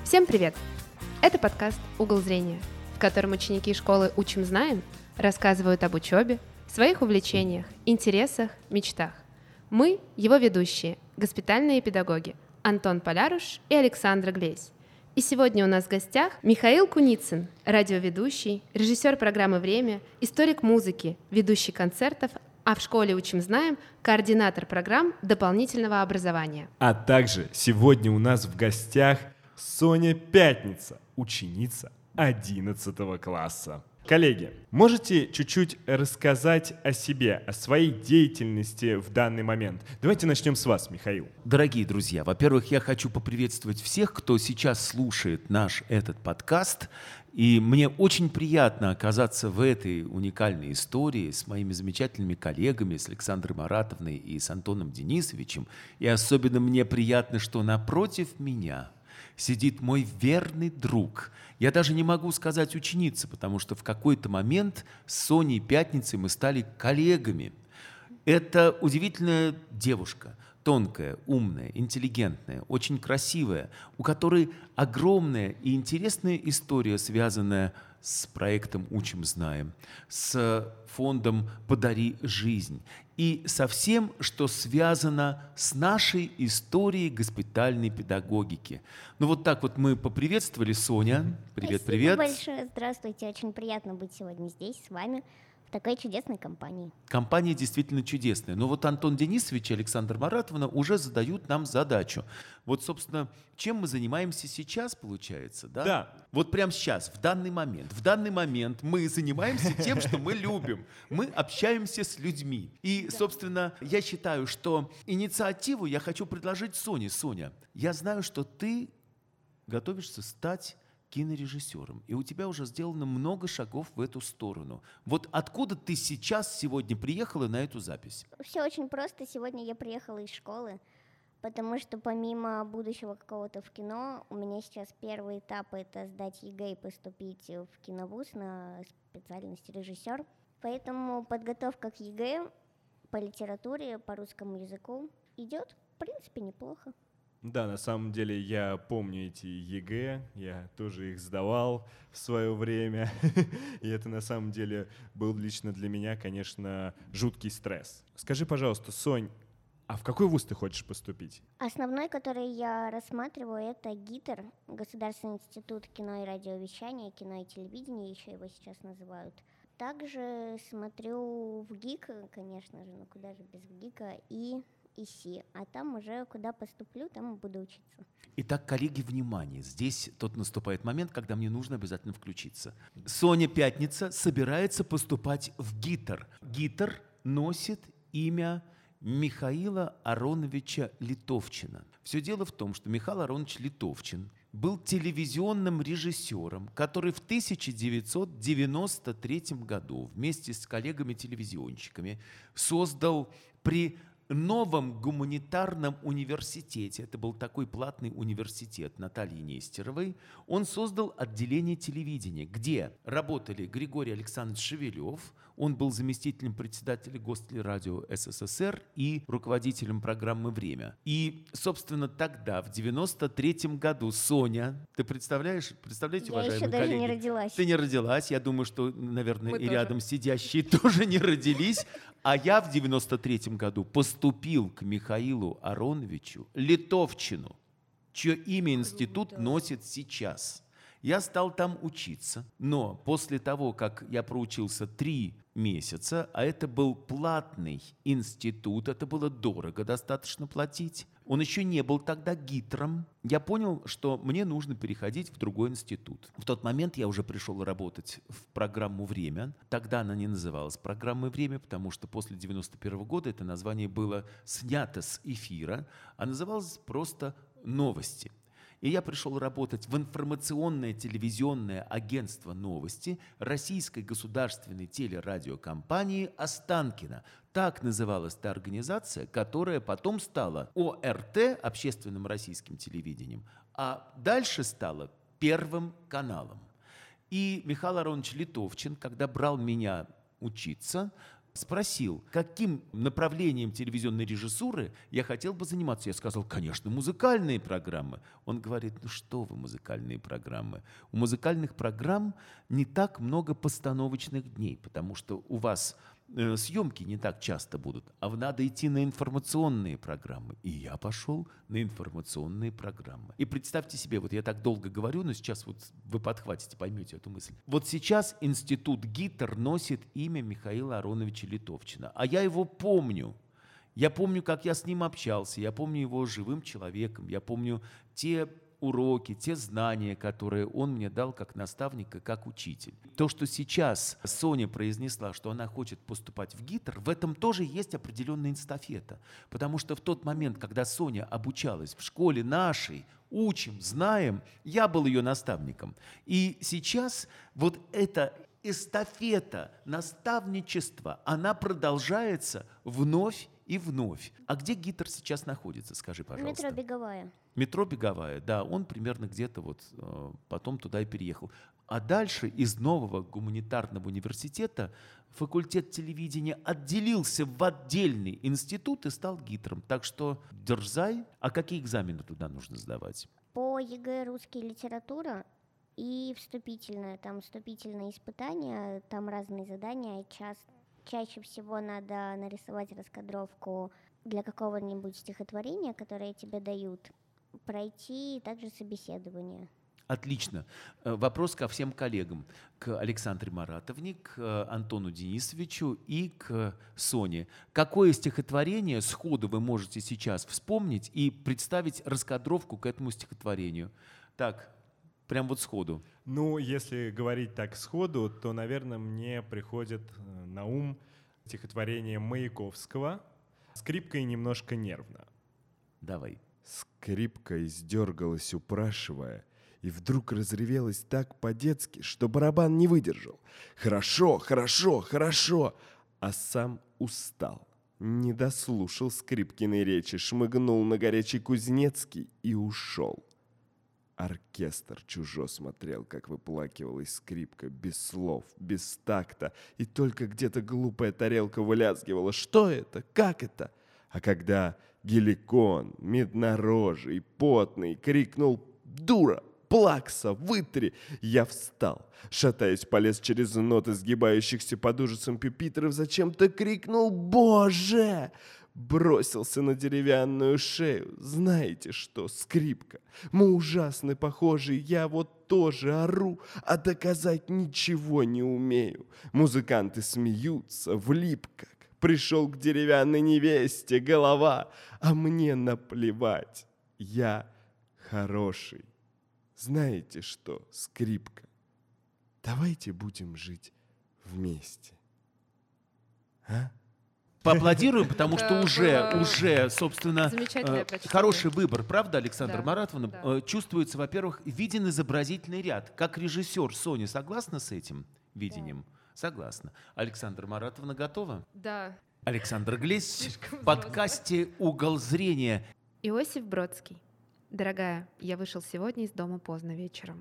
Всем привет! Это подкаст «Угол зрения», в котором ученики школы «Учим, знаем» рассказывают об учебе, своих увлечениях, интересах, мечтах. Мы – его ведущие, госпитальные педагоги Антон Поляруш и Александра Глесь. И сегодня у нас в гостях Михаил Куницын, радиоведущий, режиссер программы «Время», историк музыки, ведущий концертов, а в школе «Учим, знаем» координатор программ дополнительного образования. А также сегодня у нас в гостях Соня Пятница, ученица 11 класса. Коллеги, можете чуть-чуть рассказать о себе, о своей деятельности в данный момент? Давайте начнем с вас, Михаил. Дорогие друзья, во-первых, я хочу поприветствовать всех, кто сейчас слушает наш этот подкаст. И мне очень приятно оказаться в этой уникальной истории с моими замечательными коллегами, с Александрой Маратовной и с Антоном Денисовичем. И особенно мне приятно, что напротив меня сидит мой верный друг. Я даже не могу сказать ученица, потому что в какой-то момент с Соней Пятницей мы стали коллегами. Это удивительная девушка, тонкая, умная, интеллигентная, очень красивая, у которой огромная и интересная история, связанная с проектом «Учим, знаем», с фондом «Подари жизнь» и со всем, что связано с нашей историей госпитальной педагогики. Ну вот так вот мы поприветствовали. Соня, привет, Спасибо привет. большое, здравствуйте, очень приятно быть сегодня здесь с вами, в такой чудесной компании. Компания действительно чудесная. Но вот Антон Денисович и Александра Маратовна уже задают нам задачу. Вот, собственно, чем мы занимаемся сейчас, получается, да? Да. Вот прямо сейчас, в данный момент мы занимаемся тем, что мы любим. Мы общаемся с людьми. И, собственно, я считаю, что инициативу я хочу предложить Соне. Соня, я знаю, что ты готовишься стать кинорежиссером, и у тебя уже сделано много шагов в эту сторону. Вот откуда ты сегодня приехала на эту запись? Все очень просто. Сегодня я приехала из школы, потому что помимо будущего какого-то в кино, у меня сейчас первый этап — это сдать ЕГЭ и поступить в киновуз на специальность режиссер. Поэтому подготовка к ЕГЭ по литературе, по русскому языку идет, в принципе, неплохо. Да, на самом деле я помню эти ЕГЭ, я тоже их сдавал в свое время, и это на самом деле был лично для меня, конечно, жуткий стресс. Скажи, пожалуйста, Сонь, а в какой вуз ты хочешь поступить? Основной, который я рассматриваю, это ГИТР, Государственный институт кино и радиовещания, кино и телевидения, еще его сейчас называют. Также смотрю в ГИК, конечно же, ну куда же без ГИКа, и ИСИ, а там уже куда поступлю, там и буду учиться. Итак, коллеги, внимание, здесь тот наступает момент, когда мне нужно обязательно включиться. Соня Пятница собирается поступать в ГИТР. ГИТР носит имя Михаила Ароновича Литовчина. Все дело в том, что Михаил Аронович Литовчин был телевизионным режиссером, который в 1993 году вместе с коллегами-телевизионщиками создал при новом гуманитарном университете, это был такой платный университет Натальи Нестеровой, он создал отделение телевидения, где работали Григорий Александрович Шевелев, он был заместителем председателя Гостелерадио СССР и руководителем программы «Время». И, собственно, тогда, в 93 году, Соня, ты представляете, уважаемые коллеги? Я еще даже не родилась. Ты не родилась, я думаю, что, наверное, Мы и тоже. рядом сидящие тоже не родились. А я в 93 году поступил к Михаилу Ароновичу Литовчину, чье имя институт носит сейчас. Я стал там учиться, но после того, как я проучился 3 месяца, а это был платный институт, это было дорого достаточно платить, он еще не был тогда ГИТРом, я понял, что мне нужно переходить в другой институт. В тот момент я уже пришел работать в программу «Время». Тогда она не называлась программой «Время», потому что после 91 года это название было снято с эфира, а называлось просто «Новости». И я пришел работать в информационное телевизионное агентство «Новости» Российской государственной телерадиокомпании «Останкино». Так называлась та организация, которая потом стала ОРТ, общественным российским телевидением, а дальше стала Первым каналом. И Михаил Аронович Литовчин, когда брал меня учиться, спросил, каким направлением телевизионной режиссуры я хотел бы заниматься. Я сказал, конечно, музыкальные программы. Он говорит, ну что вы, музыкальные программы? У музыкальных программ не так много постановочных дней, потому что у вас съемки не так часто будут, а надо идти на информационные программы. И я пошел на информационные программы. И представьте себе, вот я так долго говорю, но сейчас вот вы подхватите, поймете эту мысль. Вот сейчас институт ГИТР носит имя Михаила Ароновича Литовчина. А я его помню. Я помню, как я с ним общался, я помню его живым человеком, я помню те уроки, те знания, которые он мне дал как наставник и как учитель. То, что сейчас Соня произнесла, что она хочет поступать в ГИТР, в этом тоже есть определенная эстафета. Потому что в тот момент, когда Соня обучалась в школе нашей, учим, знаем, я был ее наставником. И сейчас вот эта эстафета наставничества, она продолжается вновь и вновь. А где ГИТР сейчас находится, скажи, пожалуйста? Метро Беговая. Метро Беговая, да, он примерно где-то вот потом туда и переехал. А дальше из нового гуманитарного университета факультет телевидения отделился в отдельный институт и стал ГИТРом. Так что дерзай. А какие экзамены туда нужно сдавать? По ЕГЭ русский литература и вступительное. Там вступительные испытания, там разные задания. Чаще всего надо нарисовать раскадровку для какого-нибудь стихотворения, которое тебе дают, пройти также собеседование. Отлично. Вопрос ко всем коллегам. К Александре Маратовне, к Антону Денисовичу и к Соне. Какое стихотворение сходу вы можете сейчас вспомнить и представить раскадровку к этому стихотворению? Так, прям вот сходу. Ну, если говорить так сходу, то, наверное, мне приходит на ум стихотворение Маяковского «Скрипка и немножко нервно». Давай. Скрипка издергалась, упрашивая, и вдруг разревелась так по-детски, что барабан не выдержал. «Хорошо, хорошо, хорошо!» А сам устал. Не дослушал Скрипкиной речи, шмыгнул на горячий Кузнецкий и ушел. Оркестр чужо смотрел, как выплакивалась скрипка, без слов, без такта, и только где-то глупая тарелка вылязгивала. Что это? Как это? А когда Геликон, меднорожий, потный, крикнул «Дура! Плакса! Вытри!» Я встал, шатаясь, полез через ноты сгибающихся под ужасом пюпитров, зачем-то крикнул «Боже!» Бросился на деревянную шею. Знаете что, скрипка? Мы ужасно похожи, я вот тоже ору, а доказать ничего не умею. Музыканты смеются, влип как. Пришел к деревянной невесте голова, а мне наплевать. Я хороший. Знаете что, скрипка? Давайте будем жить вместе. А? Поаплодируем, потому что Да, уже, собственно, замечательное прочтение. хороший выбор, правда, Александра Да, Маратовна? да. Чувствуется, во-первых, виден изобразительный ряд. Как режиссер, Соня, согласна с этим видением? Согласна. Александра Маратовна готова? Да. Александр Глесь Слишком в подкасте «Угол зрения». Иосиф Бродский. Дорогая, я вышел сегодня из дома поздно вечером.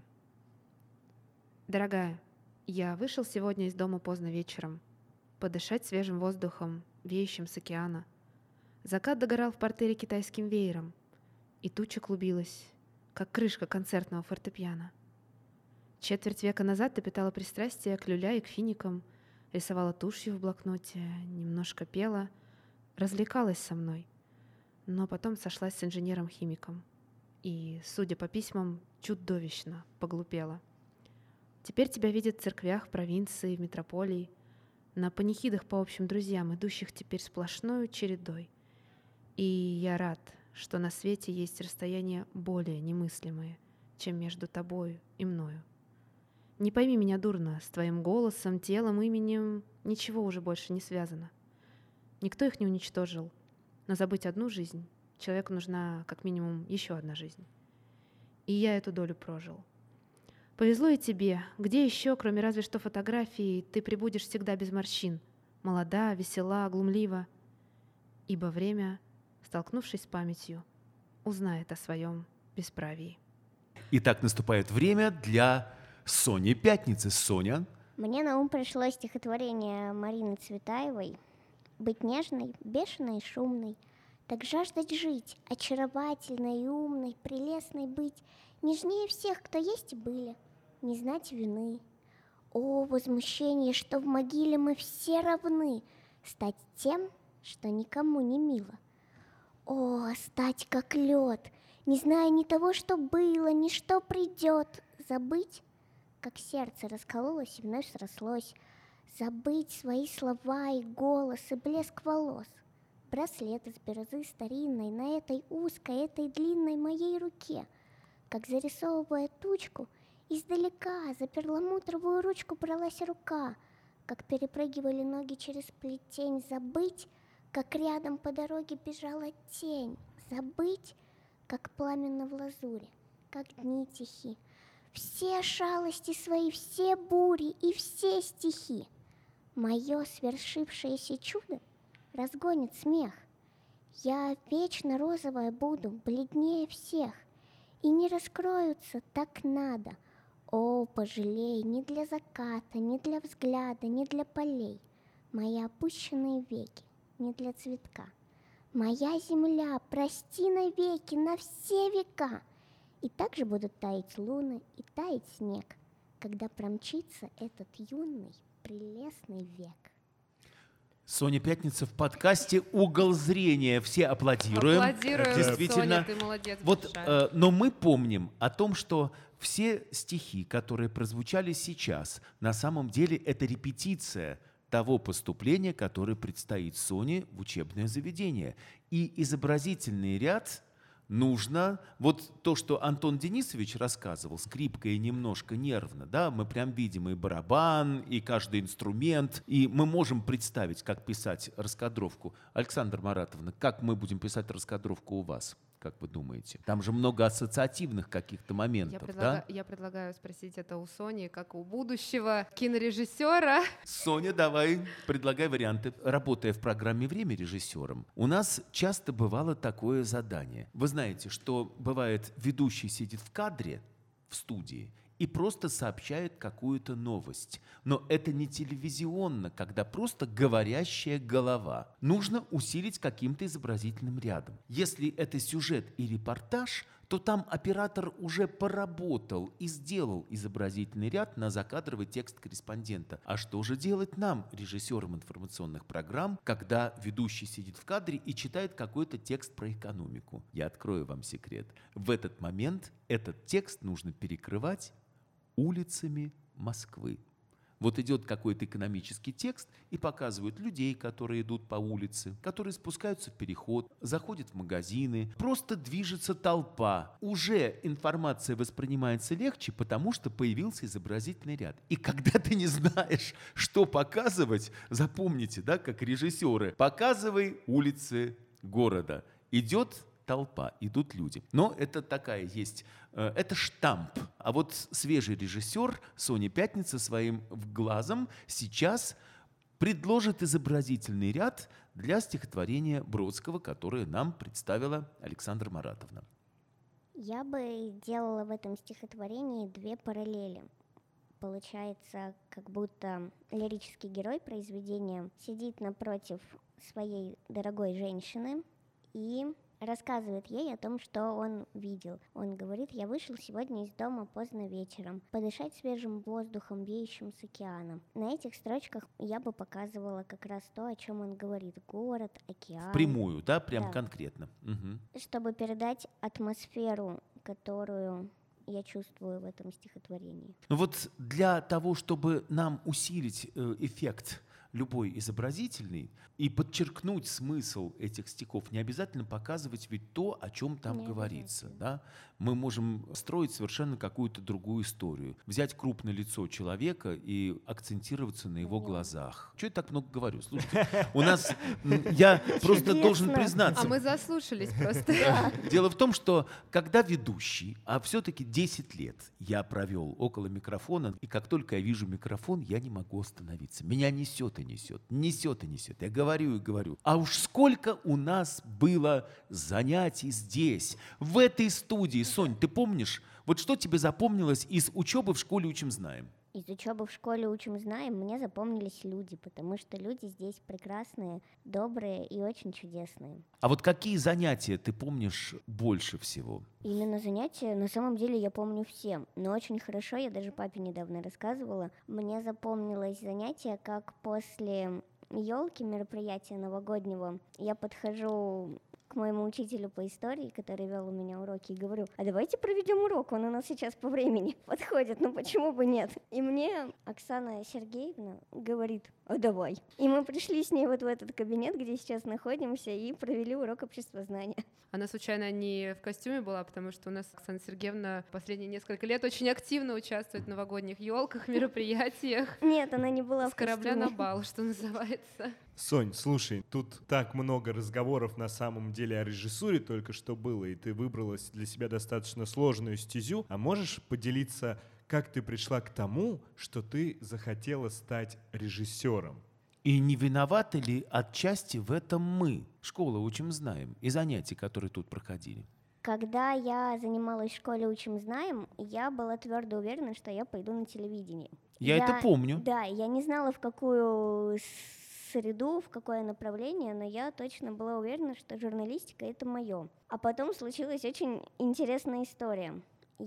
Дорогая, я вышел сегодня из дома поздно вечером. Подышать свежим воздухом, веющим с океана. Закат догорал в портере китайским веером, и туча клубилась, как крышка концертного фортепиано. Четверть века назад ты питала пристрастие к люля и к финикам, рисовала тушью в блокноте, немножко пела, развлекалась со мной, но потом сошлась с инженером-химиком и, судя по письмам, чудовищно поглупела. Теперь тебя видят в церквях, провинции, в метрополии, на панихидах по общим друзьям, идущих теперь сплошной чередой. И я рад, что на свете есть расстояния более немыслимые, чем между тобою и мною. Не пойми меня дурно, с твоим голосом, телом, именем ничего уже больше не связано. Никто их не уничтожил, но забыть одну жизнь человеку нужна как минимум еще одна жизнь. И я эту долю прожил. Повезло и тебе. Где еще, кроме разве что фотографий, ты пребудешь всегда без морщин, молода, весела, глумлива? Ибо время, столкнувшись с памятью, узнает о своем бесправии. Итак, наступает время для Сони Пятницы. Соня. Мне на ум пришло стихотворение Марины Цветаевой быть нежной, бешеной и шумной, так жаждать жить, очаровательной и умной, прелестной быть, нежнее всех, кто есть и были, не знать вины. О, возмущение, что в могиле мы все равны, стать тем, что никому не мило. О, стать как лед, не зная ни того, что было, ни что придет, забыть, как сердце раскололось и вновь срослось, забыть свои слова и голос, и блеск волос, браслет из бирюзы старинной на этой узкой, этой длинной моей руке, как зарисовывая тучку, издалека за перламутровую ручку бралась рука, как перепрыгивали ноги через плетень, забыть, как рядом по дороге бежала тень, забыть, как пламенно в лазуре, как дни тихи, все шалости свои, все бури и все стихи. Мое свершившееся чудо разгонит смех. Я вечно розовая буду, бледнее всех, и не раскроются так надо. О, пожалей, не для заката, не для взгляда, не для полей, мои опущенные веки, не для цветка. Моя земля, прости навеки, на все века. И также будут таять луны и таять снег, когда промчится этот юный, прелестный век. Соня Пятница в подкасте «Угол зрения». Все аплодируем. Аплодируем, Действительно. Соня, ты молодец Вот, большая. но мы помним о том, что все стихи, которые прозвучали сейчас, на самом деле это репетиция того поступления, которое предстоит Соне в учебное заведение. И изобразительный ряд нужно, вот то, что Антон Денисович рассказывал, скрипка и немножко нервно, да, мы прям видим и барабан, и каждый инструмент, и мы можем представить, как писать раскадровку. Александра Маратовна, как мы будем писать раскадровку у вас? Как вы думаете? Там же много ассоциативных каких-то моментов, да? Я предлагаю спросить это у Сони, как у будущего кинорежиссера. Соня, давай, предлагай варианты. Работая в программе «Время» режиссером, у нас часто бывало такое задание. Вы знаете, что бывает, ведущий сидит в кадре, в студии, и просто сообщает какую-то новость. Но это не телевизионно, когда просто говорящая голова. Нужно усилить каким-то изобразительным рядом. Если это сюжет и репортаж, то там оператор уже поработал и сделал изобразительный ряд на закадровый текст корреспондента. А что же делать нам, режиссерам информационных программ, когда ведущий сидит в кадре и читает какой-то текст про экономику? Я открою вам секрет. В этот момент этот текст нужно перекрывать улицами Москвы. Вот идет какой-то экономический текст и показывают людей, которые идут по улице, которые спускаются в переход, заходят в магазины, просто движется толпа. Уже информация воспринимается легче, потому что появился изобразительный ряд. И когда ты не знаешь, что показывать, запомните, да, как режиссеры, показывай улицы города. Идет толпа, идут люди. Но это такая есть, это штамп. А вот свежий режиссер Соня Пятница своим глазом сейчас предложит изобразительный ряд для стихотворения Бродского, которое нам представила Александра Маратовна. Я бы делала в этом стихотворении две параллели. Получается, как будто лирический герой произведения сидит напротив своей дорогой женщины и рассказывает ей о том, что он видел. Он говорит: я вышел сегодня из дома поздно вечером, подышать свежим воздухом, веющим с океаном. На этих строчках я бы показывала как раз то, о чем он говорит. Город, океан. Впрямую, да, прям Да. конкретно. Угу. Чтобы передать атмосферу, которую я чувствую в этом стихотворении. Ну вот для того, чтобы нам усилить эффект любой изобразительный и подчеркнуть смысл этих стихов, не обязательно показывать ведь то, о чем там Не говорится. обязательно. Да? Мы можем строить совершенно какую-то другую историю. Взять крупное лицо человека и акцентироваться на его глазах. Чего я так много говорю? Слушайте, у нас... Я просто должен Чудесно. признаться. А мы заслушались просто. Дело в том, что когда ведущий, а все-таки 10 лет я провел около микрофона, и как только я вижу микрофон, я не могу остановиться. Меня несет и несет, несет и несет. Я говорю и говорю. А уж сколько у нас было занятий здесь, в этой студии. Сонь, ты помнишь, вот что тебе запомнилось из учебы в школе «Учим знаем»? Из учебы в школе «Учим, знаем» мне запомнились люди, потому что люди здесь прекрасные, добрые и очень чудесные. А вот какие занятия ты помнишь больше всего? Именно занятия, на самом деле, я помню все, но очень хорошо, я даже папе недавно рассказывала, мне запомнилось занятие, как после елки, мероприятия новогоднего, я подхожу к моему учителю по истории, который вел у меня уроки, и говорю: а давайте проведем урок, он у нас сейчас по времени подходит, ну почему бы нет? И мне Оксана Сергеевна говорит: а давай. И мы пришли с ней вот в этот кабинет, где сейчас находимся, и провели урок обществознания. Она случайно не в костюме была, потому что у нас Оксана Сергеевна последние несколько лет очень активно участвует в новогодних елках, мероприятиях. Нет, она не была С корабля в на костюме. бал, что называется. Сонь, слушай, тут так много разговоров на самом деле о режиссуре только что было, и ты выбралась для себя достаточно сложную стезю. А можешь поделиться, как ты пришла к тому, что ты захотела стать режиссером? И не виноваты ли отчасти в этом мы, школа «Учим, знаем», и занятия, которые тут проходили? Когда я занималась в школе «Учим, знаем», я была твердо уверена, что я пойду на телевидение. Я это помню. Да, я не знала, в какую среду, в какое направление, но я точно была уверена, что журналистика — это мое. А потом случилась очень интересная история.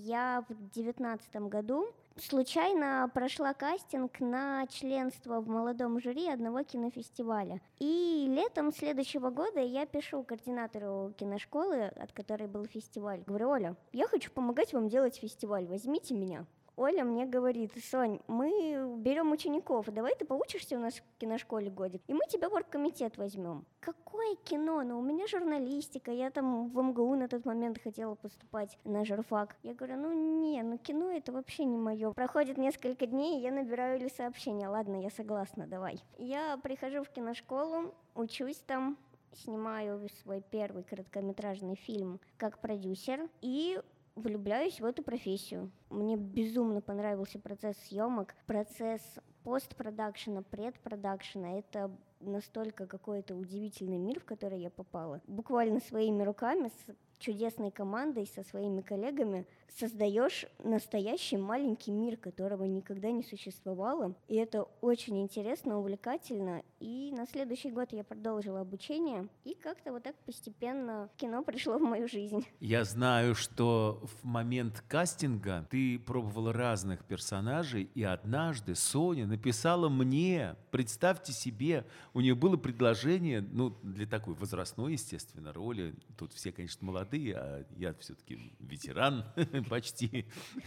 Я в 2019 году случайно прошла кастинг на членство в молодом жюри одного кинофестиваля. И летом следующего года я пишу координатору киношколы, от которой был фестиваль. Говорю: Оля, я хочу помогать вам делать фестиваль, возьмите меня. Оля мне говорит: Сонь, мы берем учеников, давай ты поучишься у нас в киношколе годик, и мы тебя в оргкомитет возьмем. Какое кино? Ну, у меня журналистика, я там в МГУ на тот момент хотела поступать на журфак. Я говорю: ну кино это вообще не мое. Проходит несколько дней, и я набираю Иле сообщение: ладно, я согласна, давай. Я прихожу в киношколу, учусь там, снимаю свой первый короткометражный фильм как продюсер и влюбляюсь в эту профессию. Мне безумно понравился процесс съемок, процесс постпродакшена, предпродакшена. Это настолько какой-то удивительный мир, в который я попала. Буквально своими руками, с чудесной командой, со своими коллегами создаешь настоящий маленький мир, которого никогда не существовало. И это очень интересно, увлекательно. И на следующий год я продолжила обучение, и как-то вот так постепенно кино пришло в мою жизнь. Я знаю, что в момент кастинга ты пробовала разных персонажей, и однажды Соня написала мне, представьте себе, у нее было предложение, ну, для такой возрастной, естественно, роли, тут все, конечно, молодые, а я все-таки ветеран почти.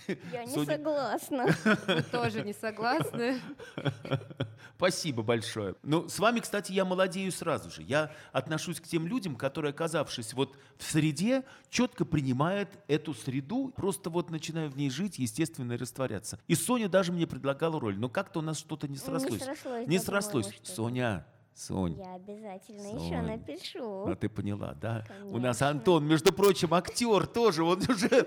Я не Соня- согласна. Вы тоже не согласны? Спасибо большое. Ну, с вами, кстати, я молодею сразу же. Я отношусь к тем людям, которые, оказавшись вот в среде, четко принимают эту среду, просто вот начинаю в ней жить, естественно, и растворяться. И Соня даже мне предлагала роль, но как-то у нас что-то не срослось. Не Не да, срослось. по-моему, что-то. Сонь. Я обязательно Сонь. еще напишу. А ты поняла, да? У нас Конечно. Антон, между прочим, актер тоже. Он уже,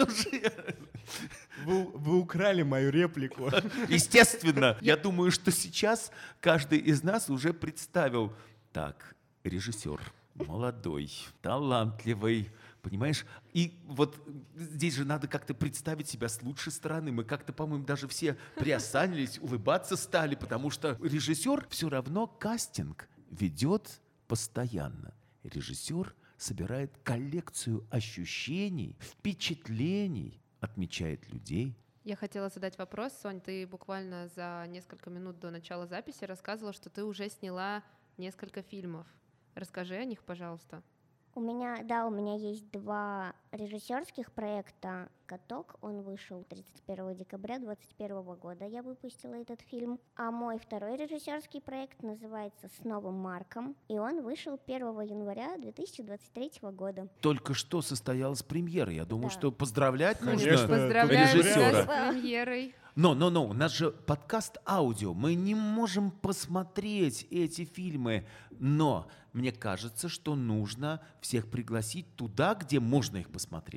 Вы украли мою реплику. естественно. Я думаю, что сейчас каждый из нас уже представил. Так, режиссер, молодой, талантливый, понимаешь? И вот здесь же надо как-то представить себя с лучшей стороны. Мы как-то, по-моему, даже все приосанились, улыбаться стали, потому что режиссер все равно кастинг ведет постоянно. Режиссер собирает коллекцию ощущений, впечатлений, отмечает людей. Я хотела задать вопрос. Сонь, ты буквально за несколько минут до начала записи рассказывала, что ты уже сняла несколько фильмов. Расскажи о них, пожалуйста. У меня есть 2 режиссерских проекта. «Каток», он вышел 31 декабря 2021 года, я выпустила этот фильм. А мой второй режиссерский проект называется «С новым Марком», и он вышел 1 января 2023 года. Только что состоялась премьера. Я думаю, Да. что поздравлять Конечно. нужно Поздравляю режиссера. тебя с премьерой. Но, у нас же подкаст аудио, мы не можем посмотреть эти фильмы, но мне кажется, что нужно всех пригласить туда, где можно их посмотреть.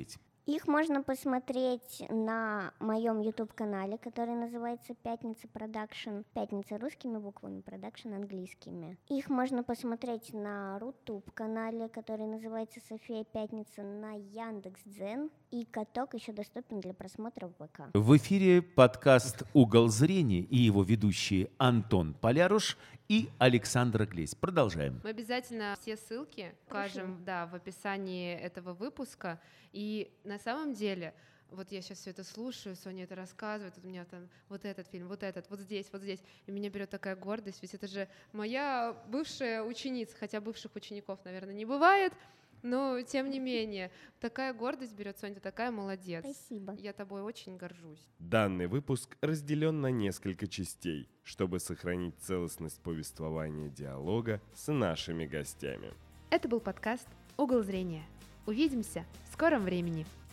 Их можно посмотреть на моем YouTube-канале, который называется «Пятница Продакшн». «Пятница» русскими буквами, «Продакшн» английскими. Их можно посмотреть на Рутуб-канале, который называется «София Пятница», на Яндекс.Дзен. И «Каток» еще доступен для просмотра в ВК. В эфире подкаст «Угол зрения» и его ведущие Антон Поляруш и Александра Глесь. Продолжаем. Мы обязательно все ссылки укажем, в описании этого выпуска. И на самом деле, вот я сейчас все это слушаю, Соня это рассказывает, вот у меня там вот этот фильм, вот этот, вот здесь, и меня берет такая гордость, ведь это же моя бывшая ученица, хотя бывших учеников, наверное, не бывает, но тем не менее, такая гордость берет, Соня, ты такая молодец. Спасибо. Я тобой очень горжусь. Данный выпуск разделен на несколько частей, чтобы сохранить целостность повествования диалога с нашими гостями. Это был подкаст «Угол зрения». Увидимся в скором времени.